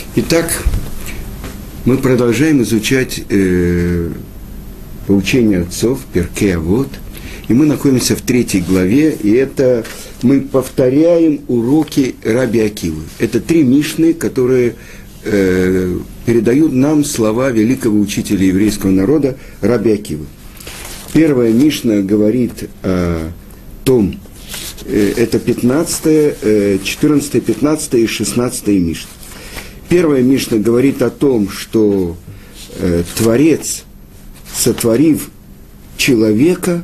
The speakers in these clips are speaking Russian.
Итак, мы продолжаем изучать поучение отцов, Перкей Авот, и мы находимся в 3 главе, и это мы повторяем уроки Раби Акивы. Это 3 мишны, которые передают нам слова великого учителя еврейского народа Раби Акивы. Первая мишна говорит о том, это 15, 14, 15 и 16 мишна. Первая мишна говорит о том, что Творец, сотворив человека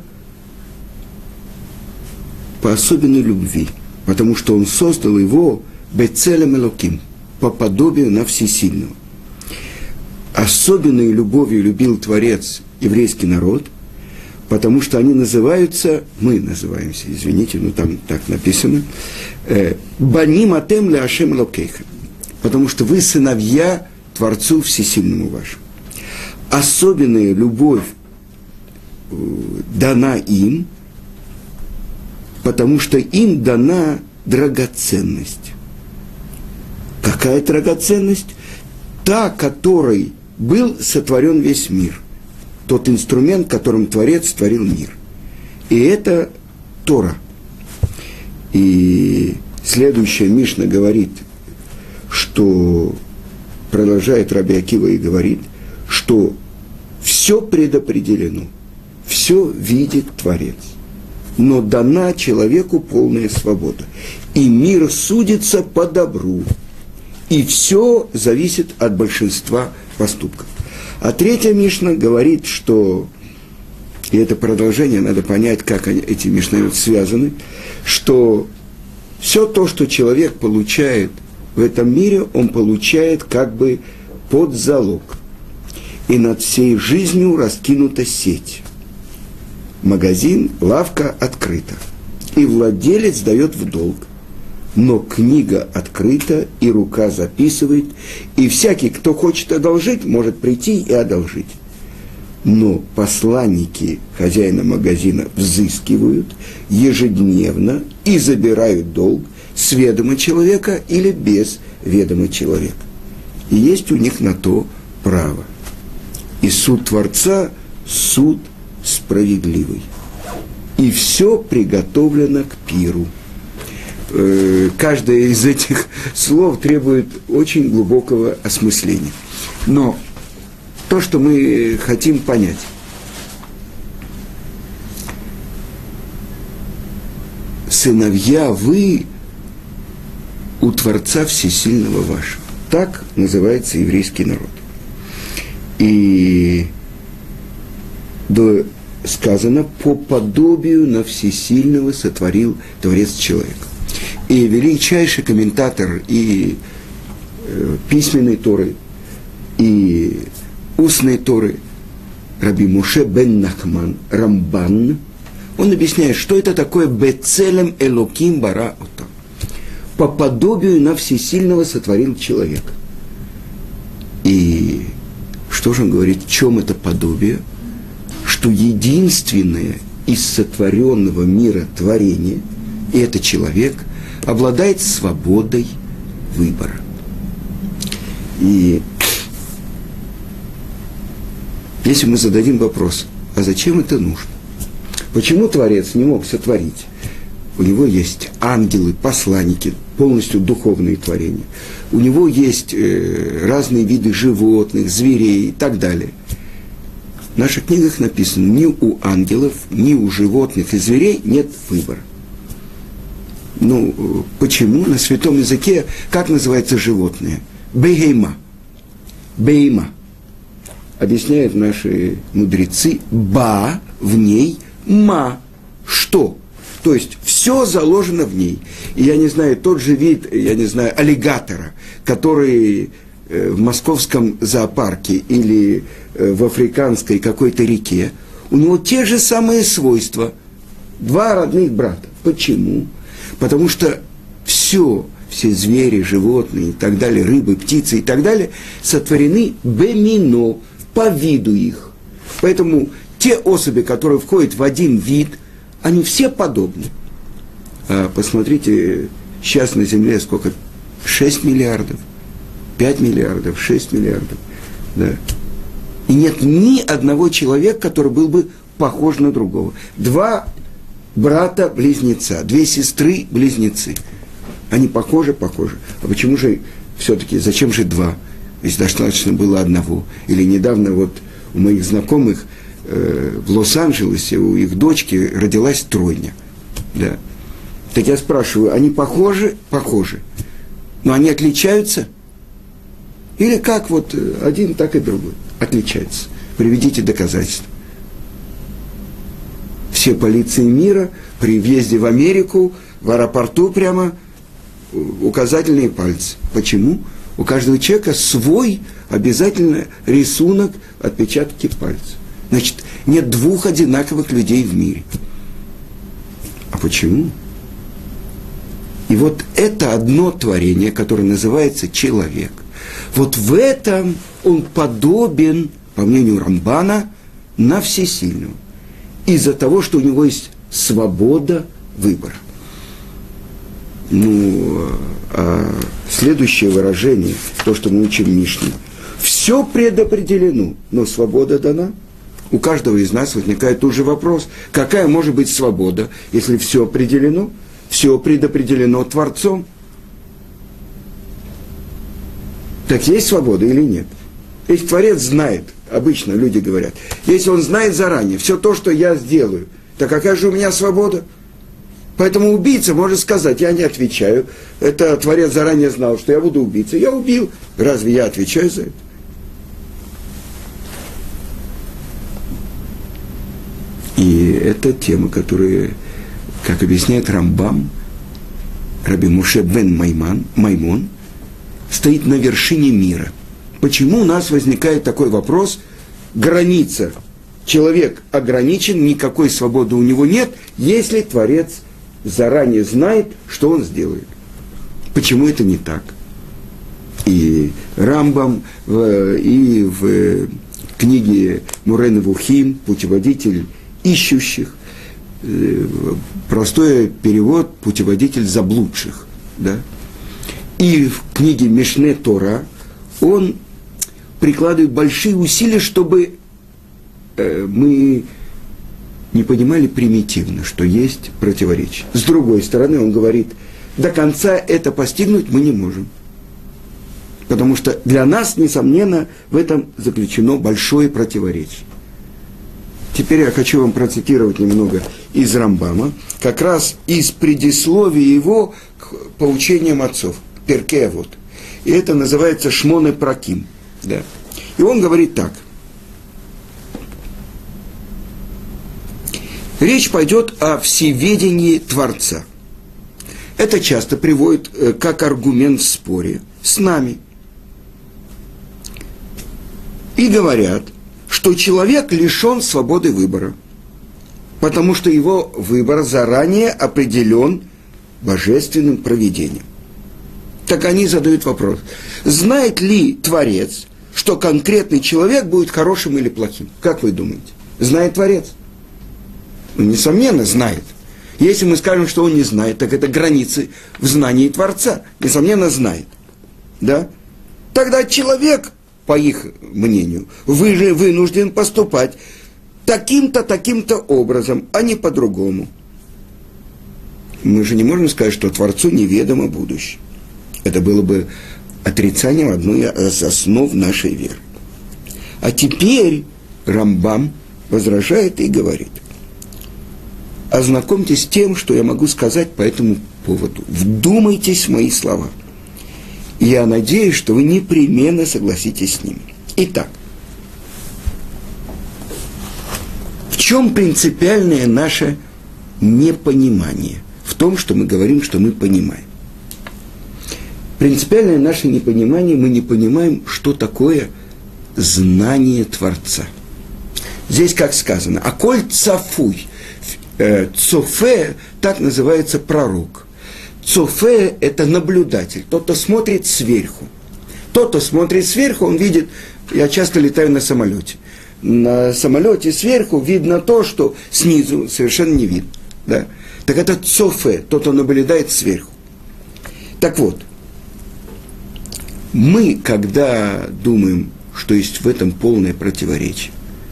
по особенной любви, потому что он создал его бецелем элоким, по подобию на всесильного. Особенной любовью любил Творец еврейский народ, потому что они называются, мы называемся, извините, но там так написано, «Баним атем ле Ашем элокейха», потому что вы сыновья Творцу Всесильному вашему. Особенная любовь дана им, потому что им дана драгоценность. Какая драгоценность? Та, которой был сотворен весь мир. Тот инструмент, которым Творец творил мир. И это Тора. И следующая мишна говорит, что продолжает Раби Акива и говорит, что все предопределено, все видит Творец, но дана человеку полная свобода, и мир судится по добру, и все зависит от большинства поступков. А 3 мишна говорит, что, и это продолжение, надо понять, как эти мишны связаны, что все то, что человек получает в этом мире, он получает как бы под залог. И над всей жизнью раскинута сеть. Магазин, лавка открыта. И владелец дает в долг. Но книга открыта, и рука записывает, и всякий, кто хочет одолжить, может прийти и одолжить. Но посланники хозяина магазина взыскивают ежедневно и забирают долг с ведома человека или без ведома человека. И есть у них на то право. И суд Творца – суд справедливый. И все приготовлено к пиру. Каждое из этих слов требует очень глубокого осмысления. Но то, что мы хотим понять, сыновья вы у Творца Всесильного вашего. Так называется еврейский народ. И сказано, по подобию на Всесильного сотворил Творец человека. И величайший комментатор и письменной Торы, и устной Торы Раби Моше бен Нахман Рамбан, он объясняет, что это такое «бецелем элоким бара ота». По подобию на Всесильного сотворил человека. И что же он говорит, в чем это подобие? Что единственное из сотворенного мира творения, и это человек, обладает свободой выбора. И если мы зададим вопрос, а зачем это нужно? Почему Творец не мог сотворить? У него есть ангелы, посланники, полностью духовные творения. У него есть разные виды животных, зверей и так далее. В наших книгах написано, ни у ангелов, ни у животных и зверей нет выбора. Ну, почему? На святом языке, как называется животное? Бейма. Бейма. Объясняют наши мудрецы, ба в ней, ма. Что? То есть, все заложено в ней. И я не знаю, тот же вид, я не знаю, аллигатора, который в московском зоопарке или в африканской какой-то реке, у него те же самые свойства. 2 родных брата. Почему? Потому что все звери, животные и так далее, рыбы, птицы и так далее, сотворены бемино, по виду их. Поэтому те особи, которые входят в один вид, они все подобны. А посмотрите, сейчас на Земле сколько? 6 миллиардов. 5 миллиардов, 6 миллиардов. Да. И нет ни одного человека, который был бы похож на другого. 2 брата-близнеца, 2 сестры-близнецы. Они похожи? Похожи. А почему же все-таки, зачем же 2? Ведь достаточно было 1. Или недавно вот у моих знакомых в Лос-Анджелесе у их дочки родилась 3. Да. Так я спрашиваю, они похожи? Похожи. Но они отличаются? Или как вот один, так и другой отличаются? Приведите доказательства. Все полиции мира при въезде в Америку, в аэропорту прямо указательные пальцы. Почему? У каждого человека свой обязательно рисунок, отпечатки пальцев. Значит, нет 2 одинаковых людей в мире. А почему? И вот это одно творение, которое называется человек. Вот в этом он подобен, по мнению Рамбана, на всесильного. Из-за того, что у него есть свобода выбора. Следующее выражение, то, что мы учим в Мишне. Все предопределено, но свобода дана. У каждого из нас возникает тот же вопрос. Какая может быть свобода, если все определено? Все предопределено Творцом. Так есть свобода или нет? Если Творец знает, обычно люди говорят, если он знает заранее все то, что я сделаю, так какая же у меня свобода? Поэтому убийца может сказать, я не отвечаю, это Творец заранее знал, что я буду убийцей, я убил. Разве я отвечаю за это? И это тема, которая, как объясняет Рамбам, Раби Моше бен Маймон, стоит на вершине мира. Почему у нас возникает такой вопрос? Граница. Человек ограничен, никакой свободы у него нет, если Творец заранее знает, что он сделает. Почему это не так? И Рамбам, и в книге Морэ Невухим, путеводитель ищущих, простой перевод «путеводитель заблудших». Да? И в книге Мишне Тора он прикладывает большие усилия, чтобы мы не понимали примитивно, что есть противоречие. С другой стороны, он говорит, до конца это постигнуть мы не можем. Потому что для нас, несомненно, в этом заключено большое противоречие. Теперь я хочу вам процитировать немного из Рамбама, как раз из предисловия его к поучениям отцов, Перкей Авот. И это называется Шмоне Праким. Да. И он говорит так. Речь пойдет о всеведении Творца. Это часто приводит как аргумент в споре с нами. И говорят, что человек лишен свободы выбора, потому что его выбор заранее определен божественным провидением. Так они задают вопрос, знает ли Творец, что конкретный человек будет хорошим или плохим? Как вы думаете? Знает Творец? Ну, несомненно, знает. Если мы скажем, что он не знает, так это границы в знании Творца. Несомненно, знает. Да? Тогда человек, по их мнению, вынужден поступать таким-то, таким-то образом, а не по-другому. Мы же не можем сказать, что Творцу неведомо будущее. Это было бы отрицанием одной из основ нашей веры. А теперь Рамбам возражает и говорит, ознакомьтесь с тем, что я могу сказать по этому поводу. Вдумайтесь в мои слова. Я надеюсь, что вы непременно согласитесь с ними. Итак, в чем принципиальное наше непонимание? В том, что мы говорим, что мы понимаем. Принципиальное наше непонимание, мы не понимаем, что такое знание Творца. Здесь как сказано, «Аколь цафуй». Цофе, так называется пророк. Цофе – это наблюдатель, тот, кто смотрит сверху. Тот, кто смотрит сверху, он видит, я часто летаю на самолете. На самолете сверху видно то, что снизу совершенно не видно. Да? Так это цофе, тот, кто наблюдает сверху. Так вот, Мы, когда думаем, что есть в этом полное противоречие,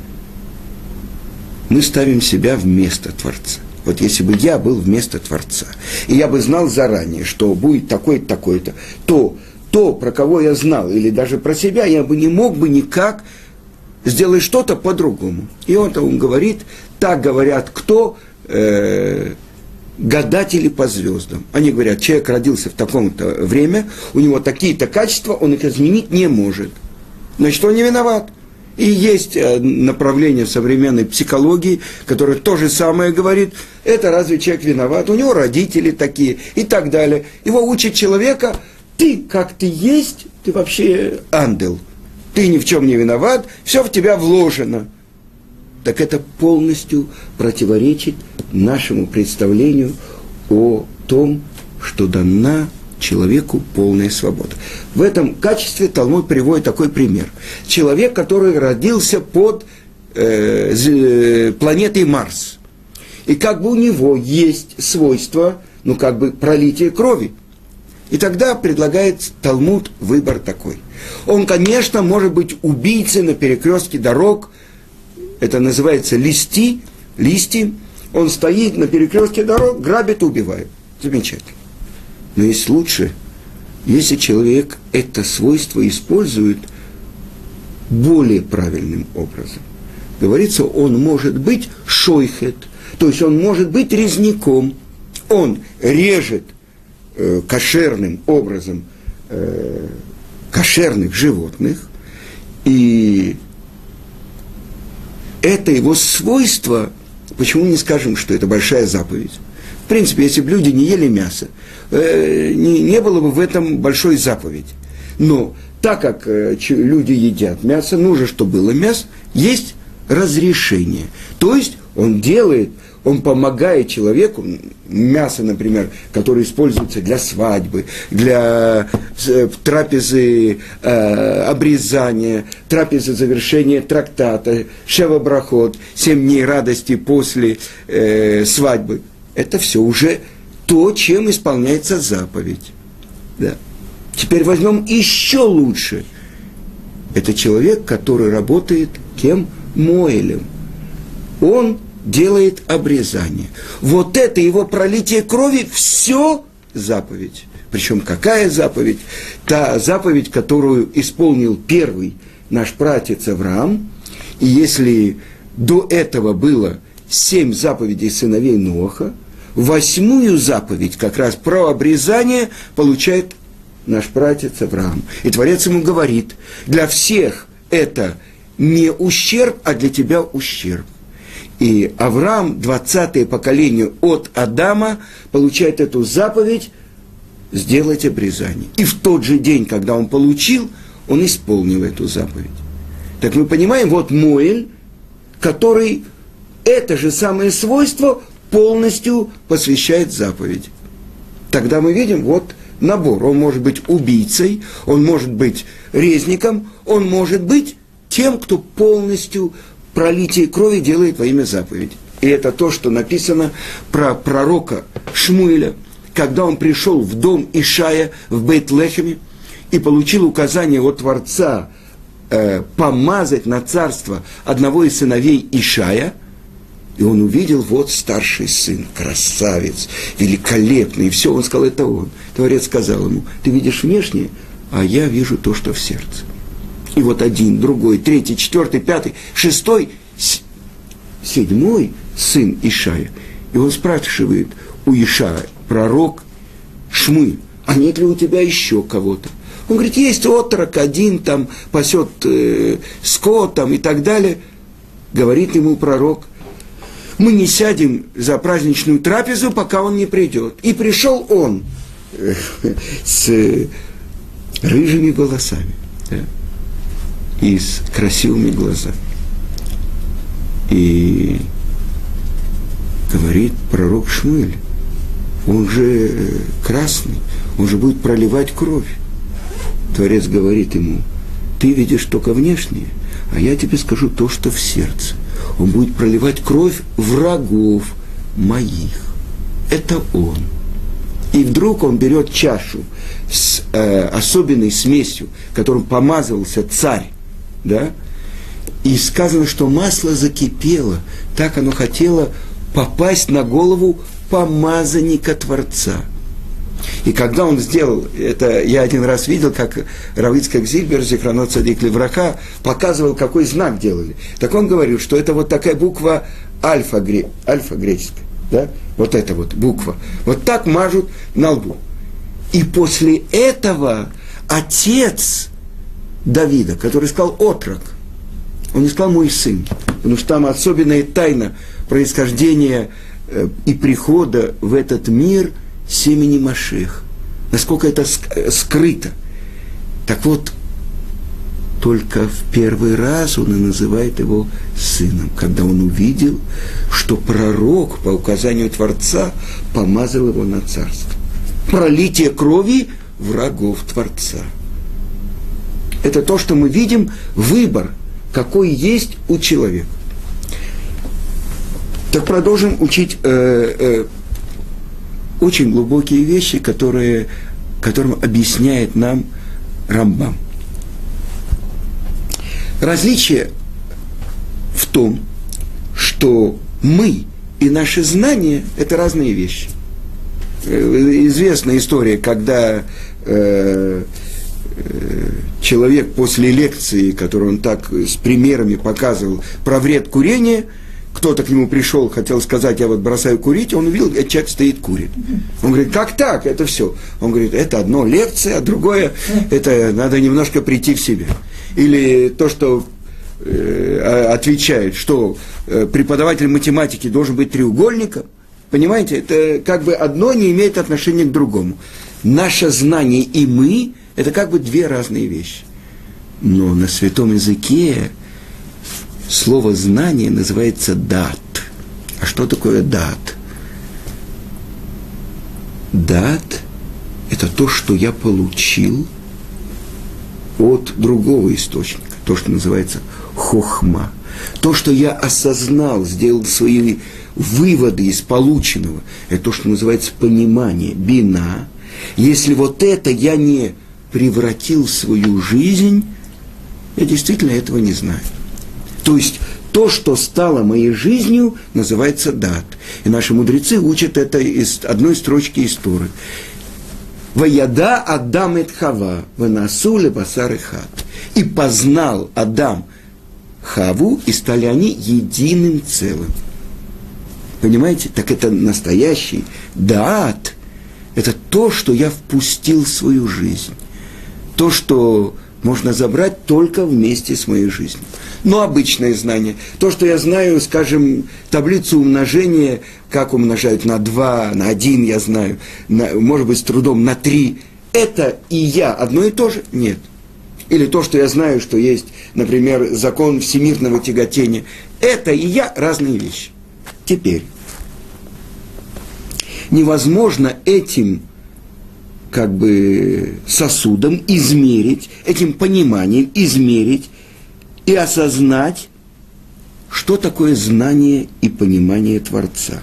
мы ставим себя вместо Творца. Вот если бы я был вместо Творца, и я бы знал заранее, что будет такое-то, такое-то, то, про кого я знал, или даже про себя, я бы не мог бы никак сделать что-то по-другому. И он говорит, так говорят кто? Гадатели по звездам. Они говорят, человек родился в таком-то время, у него такие-то качества, он их изменить не может. Значит, он не виноват. И есть направление в современной психологии, которое то же самое говорит, это разве человек виноват, у него родители такие и так далее. Его учат человека, ты как ты есть, ты вообще ангел, ты ни в чем не виноват, все в тебя вложено. Так это полностью противоречит нашему представлению о том, что дана человеку полная свобода. В этом качестве Талмуд приводит такой пример. Человек, который родился под планетой Марс. И как бы у него есть свойство, пролитие крови. И тогда предлагает Талмуд выбор такой. Он, конечно, может быть убийцей на перекрестке дорог. Это называется листи. Он стоит на перекрестке дорог, грабит и убивает. Замечательно. Но есть лучше, если человек это свойство использует более правильным образом. Говорится, он может быть шойхет, то есть он может быть резняком. Он режет кошерным образом кошерных животных, и это его свойство, почему не скажем, что это большая заповедь? В принципе, если бы люди не ели мясо, не было бы в этом большой заповеди. Но так как люди едят мясо, нужно, чтобы было мясо, есть разрешение. То есть он помогает человеку, мясо, например, которое используется для свадьбы, для трапезы обрезания, трапезы завершения трактата, шева брахот, 7 дней радости после свадьбы. Это все уже то, чем исполняется заповедь. Да. Теперь возьмем еще лучше. Это человек, который работает кем? Моэлем. Он делает обрезание. Вот это его пролитие крови, все заповедь. Причем какая заповедь? Та заповедь, которую исполнил первый наш праотец Авраам. И если до этого было 7 заповедей сыновей Ноаха, 8-ю заповедь, как раз про обрезание, получает наш праотец Авраам. И Творец ему говорит, для всех это не ущерб, а для тебя ущерб. И Авраам, 20-е поколение от Адама, получает эту заповедь сделать обрезание. И в тот же день, когда он получил, он исполнил эту заповедь. Так мы понимаем, вот Моэль, который это же самое свойство полностью посвящает заповеди. Тогда мы видим вот набор. Он может быть убийцей, он может быть резником, он может быть тем, кто полностью пролитие крови делает во имя заповеди. И это то, что написано про пророка Шмуэля, когда он пришел в дом Ишая в Бейт-Лехеме и получил указание от Творца помазать на царство одного из сыновей Ишая, и он увидел, вот старший сын, красавец, великолепный, и все, он сказал, это он. Творец сказал ему, ты видишь внешнее, а я вижу то, что в сердце. И вот один, другой, третий, четвертый, пятый, шестой, 7-й сын Ишая. И он спрашивает у Ишая, пророк Шмуэль, а нет ли у тебя еще кого-то? Он говорит, есть отрок один, там пасет скот там, и так далее. Говорит ему пророк, мы не сядем за праздничную трапезу, пока он не придет. И пришел он с рыжими волосами, да, и с красивыми глазами. И говорит пророк Шмуэль, он же красный, он же будет проливать кровь. Творец говорит ему, ты видишь только внешнее, а я тебе скажу то, что в сердце. Он будет проливать кровь врагов моих. Это он. И вдруг он берет чашу с особенной смесью, которым помазывался царь, да? И сказано, что масло закипело, так оно хотело попасть на голову помазанника Творца. И когда он сделал это, я один раз видел, как Рав Ицхак Зильбер, Зихронот Цадик Левраха, показывал, какой знак делали. Так он говорил, что это вот такая буква альфа греческая, да? Вот эта вот буква. Вот так мажут на лбу. И после этого отец Давида, который сказал отрок, он не сказал мой сын, потому что там особенная тайна происхождения и прихода в этот мир семени Машиах. Насколько это скрыто. Так вот, только в первый раз он и называет его сыном, когда он увидел, что пророк по указанию Творца помазал его на царство. Пролитие крови врагов Творца. Это то, что мы видим, выбор, какой есть у человека. Так продолжим учить очень глубокие вещи, которым объясняет нам Рамбам. Различие в том, что мы и наши знания – это разные вещи. Известная история, когда человек после лекции, которую он так с примерами показывал про вред курения, кто-то к нему пришел, хотел сказать, я вот бросаю курить, он увидел, этот человек стоит, курит. Он говорит, как так, это все? Он говорит, это одно лекция, а другое, это надо немножко прийти в себя. Или то, что отвечает, что преподаватель математики должен быть треугольником, понимаете, это как бы одно не имеет отношения к другому. Наше знание и мы – это как бы две разные вещи. Но на святом языке слово «знание» называется «дат». А что такое «дат»? «Дат» – это то, что я получил от другого источника, то, что называется «хохма». То, что я осознал, сделал свои выводы из полученного, это то, что называется понимание, бина. Если вот это я не превратил в свою жизнь, я действительно этого не знаю. То есть то, что стало моей жизнью, называется дат. И наши мудрецы учат это из одной строчки из Торы. «Ваяда Адам эт Хава, венасу лебасар эхад». И познал Адам Хаву, и стали они единым целым. Понимаете? Так это настоящий даат. Это то, что я впустил в свою жизнь. То, что можно забрать только вместе с моей жизнью. Но обычное знание, то, что я знаю, скажем, таблицу умножения, как умножают на 2, на 1, я знаю, может быть, с трудом на 3, это и я одно и то же? Нет. Или то, что я знаю, что есть, например, закон всемирного тяготения, это и я разные вещи. Теперь, невозможно этим как бы сосудом измерить, этим пониманием измерить и осознать, что такое знание и понимание Творца.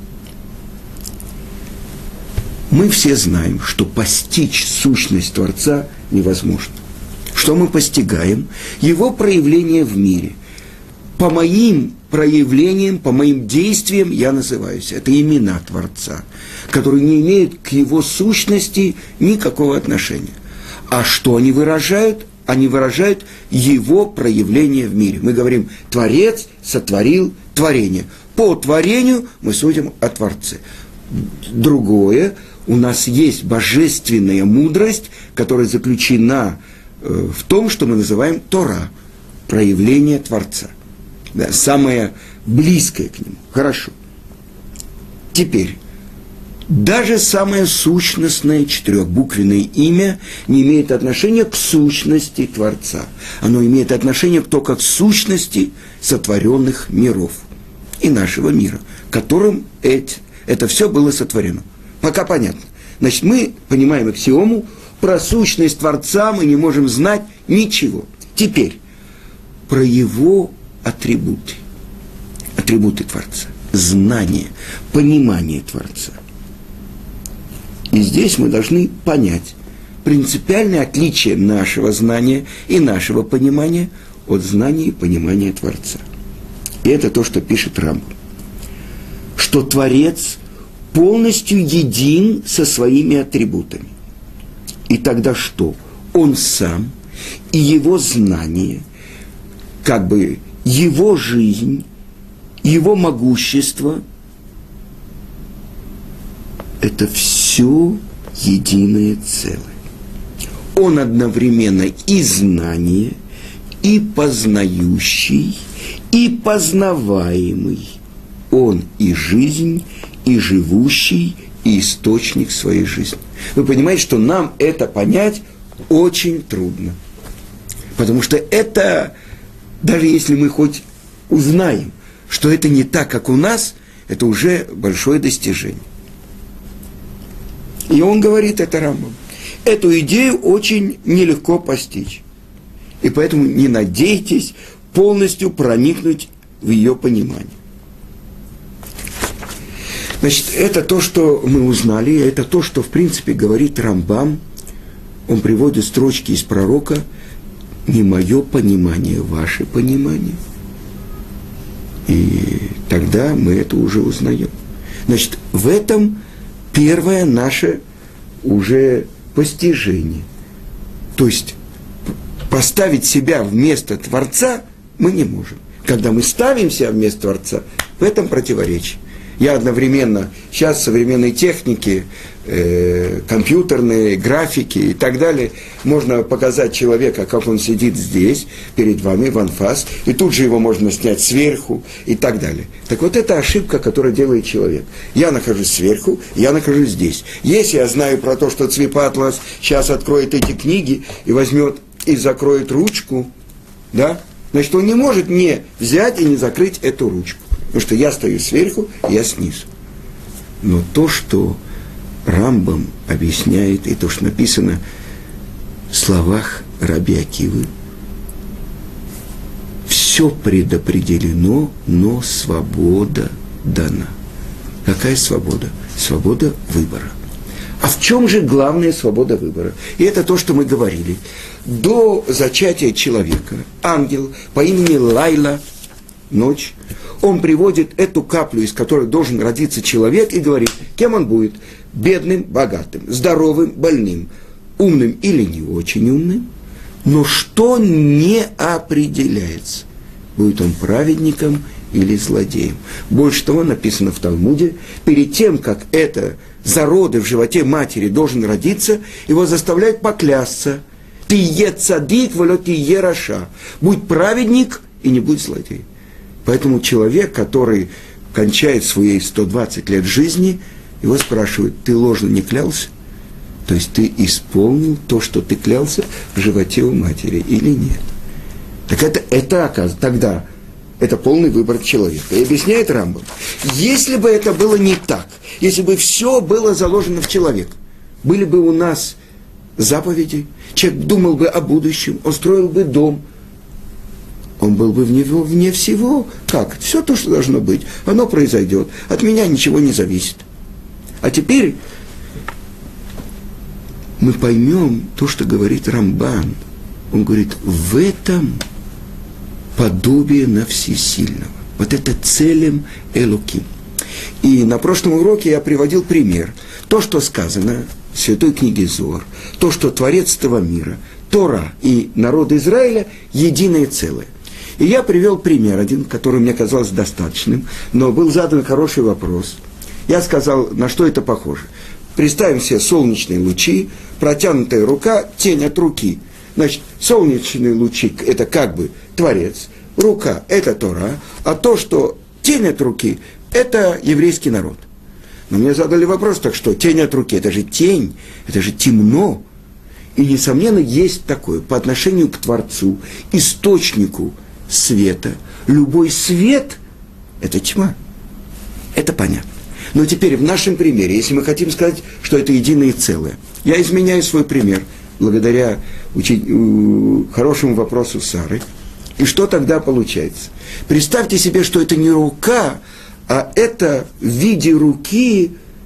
Мы все знаем, что постичь сущность Творца невозможно. Что мы постигаем? Его проявление в мире. По моим проявлениям, по моим действиям я называюсь. Это имена Творца, которые не имеют к его сущности никакого отношения. А что они выражают? Они выражают его проявление в мире. Мы говорим, Творец сотворил творение. По творению мы судим о Творце. Другое, у нас есть божественная мудрость, которая заключена в том, что мы называем Тора, проявление Творца. Да, самое близкое к нему. Хорошо. Теперь, даже самое сущностное четырехбуквенное имя не имеет отношения к сущности Творца. Оно имеет отношение только к сущности сотворенных миров и нашего мира, которым это все было сотворено. Пока понятно. Значит, мы понимаем аксиому, про сущность Творца мы не можем знать ничего. Теперь, про его атрибуты Творца, знание, понимание Творца. И здесь мы должны понять принципиальное отличие нашего знания и нашего понимания от знания и понимания Творца. И это то, что пишет Рамбам. Что Творец полностью един со своими атрибутами. И тогда что? Он сам и его знание, как бы его жизнь, его могущество – это все единое целое. Он одновременно и знание, и познающий, и познаваемый. Он и жизнь, и живущий, и источник своей жизни. Вы понимаете, что нам это понять очень трудно. Потому что это, даже если мы хоть узнаем, что это не так, как у нас, это уже большое достижение. И он говорит это Рамбам. Эту идею очень нелегко постичь. И поэтому не надейтесь полностью проникнуть в ее понимание. Значит, это то, что мы узнали, это то, что, в принципе, говорит Рамбам. Он приводит строчки из пророка: «Не мое понимание, ваше понимание». И тогда мы это уже узнаем. Значит, в этом первое наше уже постижение. То есть поставить себя вместо Творца мы не можем. Когда мы ставим себя вместо Творца, в этом противоречие. Я одновременно, сейчас современные техники, компьютерные, графики и так далее, можно показать человека, как он сидит здесь, перед вами, в анфас, и тут же его можно снять сверху и так далее. Так вот, это ошибка, которую делает человек. Я нахожусь сверху, я нахожусь здесь. Если я знаю про то, что Цвипа Атлас сейчас откроет эти книги и возьмет и закроет ручку, да, значит, он не может не взять и не закрыть эту ручку. Потому что я стою сверху, я снизу. Но то, что Рамбам объясняет, и то, что написано в словах Раби Акивы, все предопределено, но свобода дана. Какая свобода? Свобода выбора. А в чем же главная свобода выбора? И это то, что мы говорили. До зачатия человека ангел по имени Лайла, ночь, он приводит эту каплю, из которой должен родиться человек, и говорит, кем он будет? Бедным, богатым, здоровым, больным, умным или не очень умным. Но что не определяется? Будет он праведником или злодеем? Больше того, написано в Талмуде, перед тем, как это зародыш в животе матери должен родиться, его заставляют поклясться. Ты е цадик, волё ты е раша. Будь праведник и не будь злодей. Поэтому человек, который кончает свои 120 лет жизни, его спрашивают, ты ложно не клялся? То есть ты исполнил то, что ты клялся в животе у матери или нет? Так это оказывается, тогда это полный выбор человека. И объясняет Рамбам, если бы это было не так, если бы все было заложено в человека, были бы у нас заповеди, человек думал бы о будущем, он строил бы дом, он был бы вне всего. Как? Все то, что должно быть, оно произойдет. От меня ничего не зависит. А теперь мы поймем то, что говорит Рамбан. Он говорит, в этом подобие на всесильного. Вот это целем Элоким. И на прошлом уроке я приводил пример. То, что сказано в Святой книге Зоар, то, что Творец этого мира, Тора и народ Израиля единое целое. И я привел пример один, который мне казался достаточным, но был задан хороший вопрос. Я сказал, на что это похоже. Представим себе солнечные лучи, протянутая рука, тень от руки. Значит, солнечные лучи – это как бы Творец, рука – это Тора, а то, что тень от руки – это еврейский народ. Но мне задали вопрос, так что тень от руки – это же тень, это же темно. И, несомненно, есть такое по отношению к Творцу, источнику света. Любой свет – это тьма. Это понятно. Но теперь в нашем примере, если мы хотим сказать, что это единое целое, я изменяю свой пример благодаря хорошему вопросу Сары. И что тогда получается? Представьте себе, что это не рука, а это в виде руки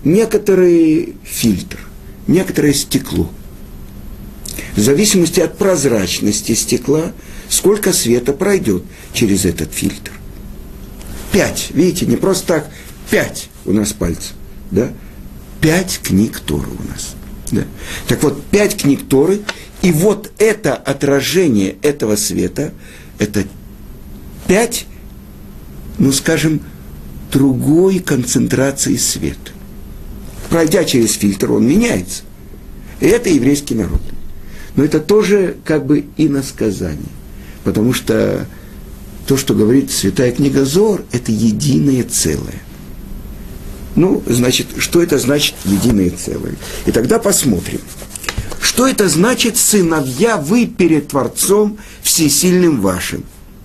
некоторый фильтр, некоторое стекло. В зависимости от прозрачности стекла, сколько света пройдет через этот фильтр. 5, видите, не просто так, 5 у нас пальцев, да? 5 книг Торы у нас. Да? Так вот, 5 книг Торы, и вот это отражение этого света, это 5, ну скажем, другой концентрации света. Пройдя через фильтр, он меняется. И это еврейский народ. Но это тоже как бы иносказание. Потому что то, что говорит Святая книга Зоар, это единое целое. Ну, значит, что это значит единое целое? И тогда посмотрим. Что это значит, сыновья, вы перед Творцом Всесильным вашим?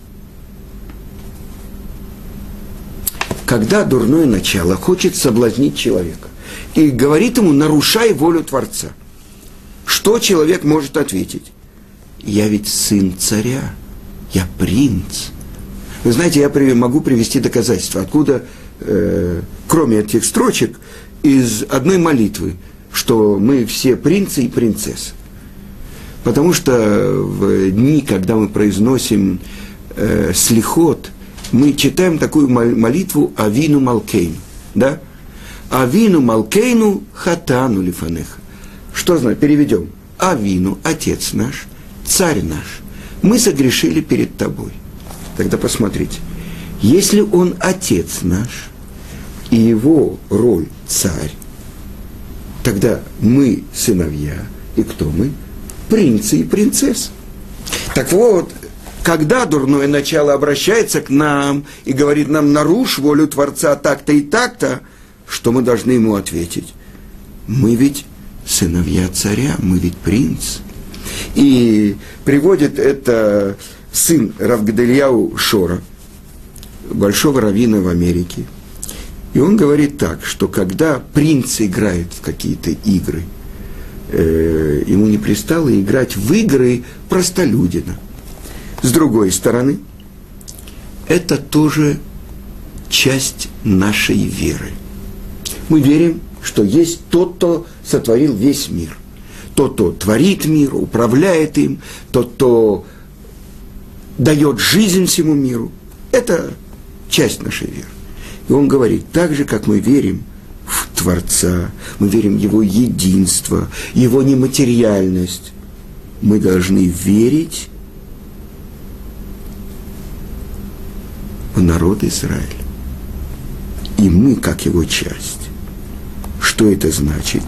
Когда дурное начало хочет соблазнить человека и говорит ему, нарушай волю Творца, что человек может ответить? Я ведь сын царя, я принц. Вы знаете, я могу привести доказательства, откуда, кроме этих строчек, из одной молитвы, что мы все принцы и принцессы. Потому что в дни, когда мы произносим слихот, мы читаем такую молитву Авину Малкейну, да? Авину Малкейну хатану лифанеха. Что значит? Переведем. Авину, отец наш, царь наш. Мы согрешили перед тобой. Тогда посмотрите. Если он отец наш, и его роль царь, тогда мы сыновья. И кто мы? Принцы и принцессы. Так вот, когда дурное начало обращается к нам и говорит нам, нарушь волю Творца так-то и так-то, что мы должны ему ответить? Мы ведь сыновья царя, мы ведь принц. И приводит это сын Рав Гедельяу Шора, большого раввина в Америке. И он говорит так, что когда принц играет в какие-то игры, ему не пристало играть в игры простолюдина. С другой стороны, это тоже часть нашей веры. Мы верим, что есть тот, кто сотворил весь мир. Тот, кто творит мир, управляет им, тот, кто дает жизнь всему миру. Это часть нашей веры. И он говорит, так же, как мы верим в Творца, мы верим в Его единство, Его нематериальность, мы должны верить в народ Израиля. И мы, как его часть. Что это значит?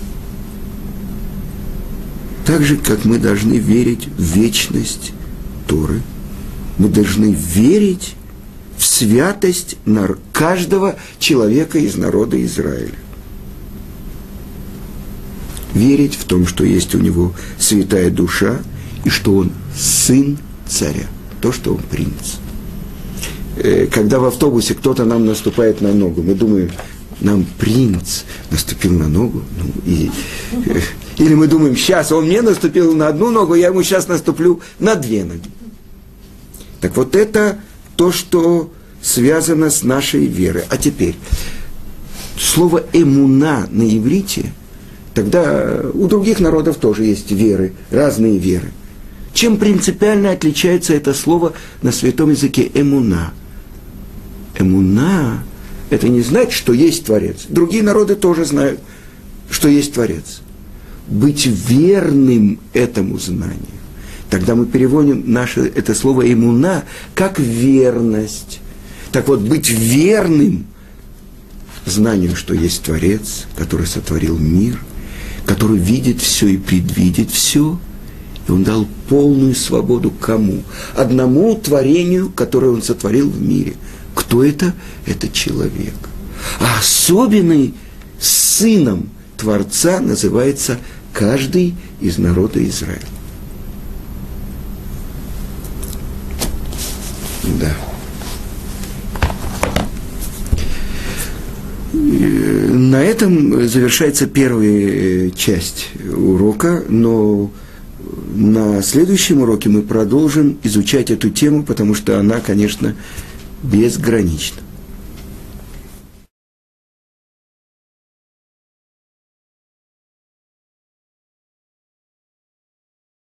Так же, как мы должны верить в вечность Торы, мы должны верить в святость каждого человека из народа Израиля. Верить в том, что есть у него святая душа, и что он сын царя, то, что он принц. Когда в автобусе кто-то нам наступает на ногу, мы думаем, нам принц наступил на ногу, или мы думаем, сейчас он мне наступил на одну ногу, я ему сейчас наступлю на 2 ноги. Так вот это то, что связано с нашей верой. А теперь, слово «эмуна» на иврите, тогда у других народов тоже есть веры, разные веры. Чем принципиально отличается это слово на святом языке «эмуна»? Эмуна – это не значит, что есть Творец. Другие народы тоже знают, что есть Творец. Быть верным этому знанию. Тогда мы переводим это слово «эмуна» как верность. Так вот, быть верным знанию, что есть Творец, который сотворил мир, который видит все и предвидит все, и Он дал полную свободу кому? Одному творению, которое Он сотворил в мире. Кто это? Это человек. А особенный сыном Творца называется каждый из народа Израиля. Да. На этом завершается первая часть урока, но на следующем уроке мы продолжим изучать эту тему, потому что она, конечно, безгранична.